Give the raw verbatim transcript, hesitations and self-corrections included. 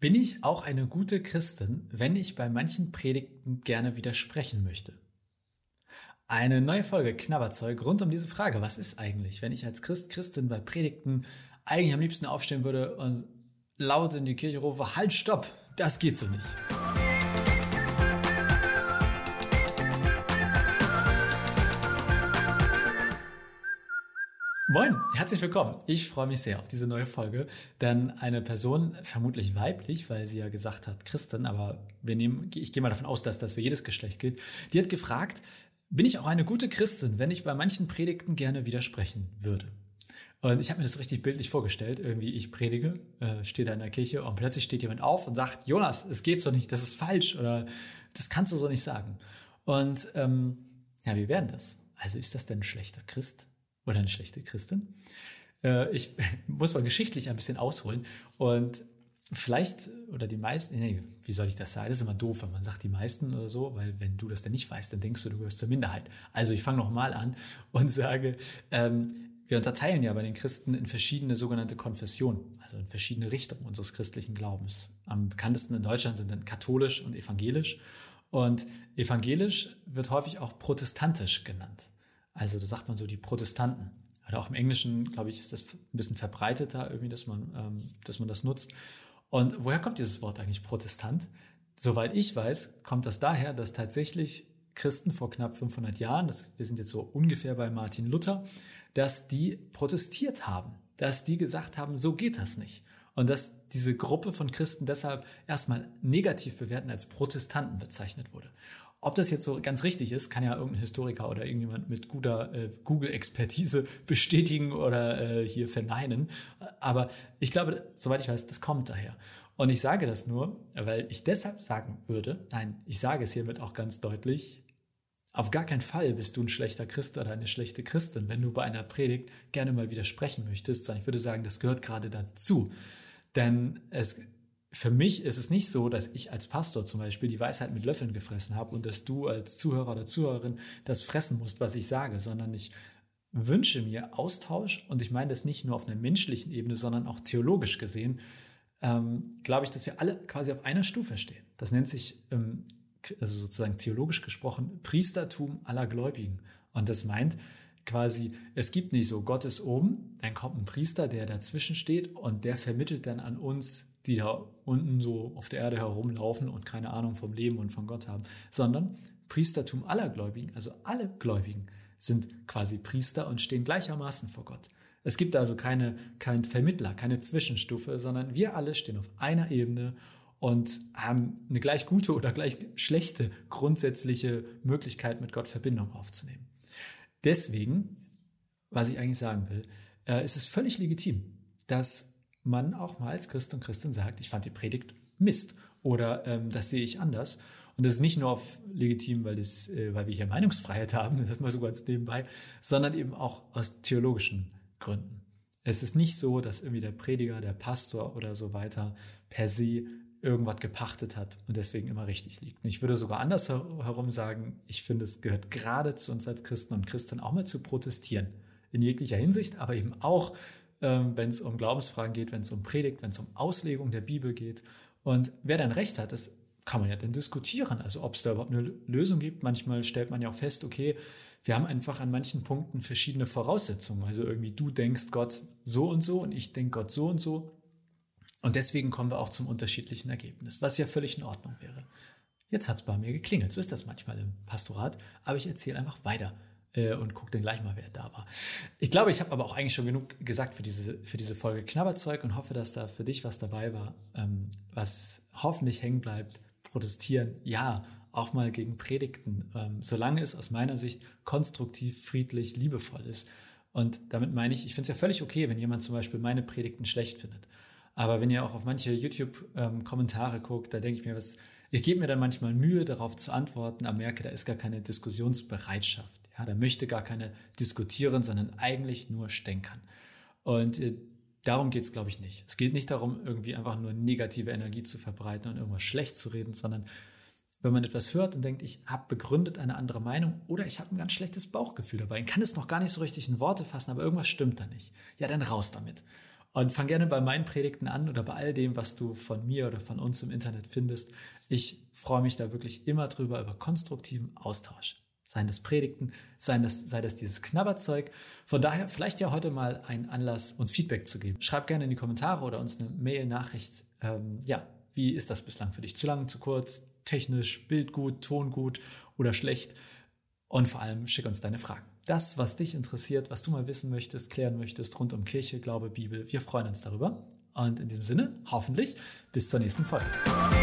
Bin ich auch eine gute Christin, wenn ich bei manchen Predigten gerne widersprechen möchte? Eine neue Folge Knabberzeug rund um diese Frage. Was ist eigentlich, wenn ich als Christ, Christin bei Predigten eigentlich am liebsten aufstehen würde und laut in die Kirche rufe, halt, stopp, das geht so nicht. Moin, herzlich willkommen. Ich freue mich sehr auf diese neue Folge, denn eine Person, vermutlich weiblich, weil sie ja gesagt hat Christin, aber wir nehmen, ich gehe mal davon aus, dass das für jedes Geschlecht gilt, die hat gefragt, bin ich auch eine gute Christin, wenn ich bei manchen Predigten gerne widersprechen würde? Und ich habe mir das richtig bildlich vorgestellt, irgendwie ich predige, äh, stehe da in der Kirche und plötzlich steht jemand auf und sagt, Jonas, es geht so nicht, das ist falsch oder das kannst du so nicht sagen. Und ähm, ja, wie wäre das? Also ist das denn ein schlechter Christ? Oder eine schlechte Christin. Äh, ich muss mal geschichtlich ein bisschen ausholen und vielleicht, oder die meisten, nee, wie soll ich das sagen? Das ist immer doof, wenn man sagt die meisten oder so, weil wenn du das denn nicht weißt, dann denkst du, du gehörst zur Minderheit. Also ich fange nochmal an und sage, ähm, wir unterteilen ja bei den Christen in verschiedene sogenannte Konfessionen, also in verschiedene Richtungen unseres christlichen Glaubens. Am bekanntesten in Deutschland sind dann katholisch und evangelisch. Und evangelisch wird häufig auch protestantisch genannt. Also da sagt man so die Protestanten. Oder auch im Englischen, glaube ich, ist das ein bisschen verbreiteter, irgendwie, dass man, ähm, dass man das nutzt. Und woher kommt dieses Wort eigentlich Protestant? Soweit ich weiß, kommt das daher, dass tatsächlich Christen vor knapp fünfhundert Jahren, das, wir sind jetzt so ungefähr bei Martin Luther, dass die protestiert haben, dass die gesagt haben, so geht das nicht. Und dass diese Gruppe von Christen deshalb erstmal negativ bewerten als Protestanten bezeichnet wurde. Ob das jetzt so ganz richtig ist, kann ja irgendein Historiker oder irgendjemand mit guter äh, Google-Expertise bestätigen oder äh, hier verneinen. Aber ich glaube, soweit ich weiß, das kommt daher. Und ich sage das nur, weil ich deshalb sagen würde, nein, ich sage es hiermit auch ganz deutlich, auf gar keinen Fall bist du ein schlechter Christ oder eine schlechte Christin, wenn du bei einer Predigt gerne mal widersprechen möchtest, sondern ich würde sagen, das gehört gerade dazu. Denn es Für mich ist es nicht so, dass ich als Pastor zum Beispiel die Weisheit mit Löffeln gefressen habe und dass du als Zuhörer oder Zuhörerin das fressen musst, was ich sage, sondern ich wünsche mir Austausch und ich meine das nicht nur auf einer menschlichen Ebene, sondern auch theologisch gesehen, ähm, glaube ich, dass wir alle quasi auf einer Stufe stehen. Das nennt sich, ähm, also sozusagen theologisch gesprochen, Priestertum aller Gläubigen. Und das meint quasi, es gibt nicht so, Gott ist oben, dann kommt ein Priester, der dazwischen steht und der vermittelt dann an uns, die da unten so auf der Erde herumlaufen und keine Ahnung vom Leben und von Gott haben, sondern Priestertum aller Gläubigen, also alle Gläubigen sind quasi Priester und stehen gleichermaßen vor Gott. Es gibt also keine, keinen Vermittler, keine Zwischenstufe, sondern wir alle stehen auf einer Ebene und haben eine gleich gute oder gleich schlechte grundsätzliche Möglichkeit, mit Gott Verbindung aufzunehmen. Deswegen, was ich eigentlich sagen will, äh, ist es völlig legitim, dass man auch mal als Christ und Christin sagt, ich fand die Predigt Mist oder ähm, das sehe ich anders. Und das ist nicht nur auf legitim, weil, das, äh, weil wir hier Meinungsfreiheit haben, das mal so ganz nebenbei, sondern eben auch aus theologischen Gründen. Es ist nicht so, dass irgendwie der Prediger, der Pastor oder so weiter per se irgendwas gepachtet hat und deswegen immer richtig liegt. Und ich würde sogar andersherum sagen, ich finde, es gehört gerade zu uns als Christen und Christen auch mal zu protestieren. In jeglicher Hinsicht, aber eben auch, ähm, wenn es um Glaubensfragen geht, wenn es um Predigt, wenn es um Auslegung der Bibel geht. Und wer dann recht hat, das kann man ja dann diskutieren. Also ob es da überhaupt eine Lösung gibt. Manchmal stellt man ja auch fest, okay, wir haben einfach an manchen Punkten verschiedene Voraussetzungen. Also irgendwie du denkst Gott so und so und ich denke Gott so und so. Und deswegen kommen wir auch zum unterschiedlichen Ergebnis, was ja völlig in Ordnung wäre. Jetzt hat's bei mir geklingelt, so ist das manchmal im Pastorat, aber ich erzähle einfach weiter äh, und gucke dann gleich mal, wer da war. Ich glaube, ich habe aber auch eigentlich schon genug gesagt für diese, für diese Folge Knabberzeug und hoffe, dass da für dich was dabei war, ähm, was hoffentlich hängen bleibt. Protestieren, ja, auch mal gegen Predigten, ähm, solange es aus meiner Sicht konstruktiv, friedlich, liebevoll ist. Und damit meine ich, ich finde es ja völlig okay, wenn jemand zum Beispiel meine Predigten schlecht findet. Aber wenn ihr auch auf manche YouTube-Kommentare ähm, guckt, da denke ich mir, was, ich gebe mir dann manchmal Mühe, darauf zu antworten, aber merke, da ist gar keine Diskussionsbereitschaft. Ja, da möchte gar keine diskutieren, sondern eigentlich nur stänkern. Und äh, darum geht es, glaube ich, nicht. Es geht nicht darum, irgendwie einfach nur negative Energie zu verbreiten und irgendwas schlecht zu reden, sondern wenn man etwas hört und denkt, ich habe begründet eine andere Meinung oder ich habe ein ganz schlechtes Bauchgefühl dabei, ich kann es noch gar nicht so richtig in Worte fassen, aber irgendwas stimmt da nicht. Ja, dann raus damit. Und fang gerne bei meinen Predigten an oder bei all dem, was du von mir oder von uns im Internet findest. Ich freue mich da wirklich immer drüber, über konstruktiven Austausch. Seien das Predigten, seien das, sei das dieses Knabberzeug. Von daher vielleicht ja heute mal ein Anlass, uns Feedback zu geben. Schreib gerne in die Kommentare oder uns eine Mail-Nachricht. Ähm, ja, wie ist das bislang für dich? Zu lang, zu kurz, technisch, Bild gut, Ton gut oder schlecht? Und vor allem schick uns deine Fragen. Das, was dich interessiert, was du mal wissen möchtest, klären möchtest, rund um Kirche, Glaube, Bibel. Wir freuen uns darüber. Und in diesem Sinne, hoffentlich bis zur nächsten Folge.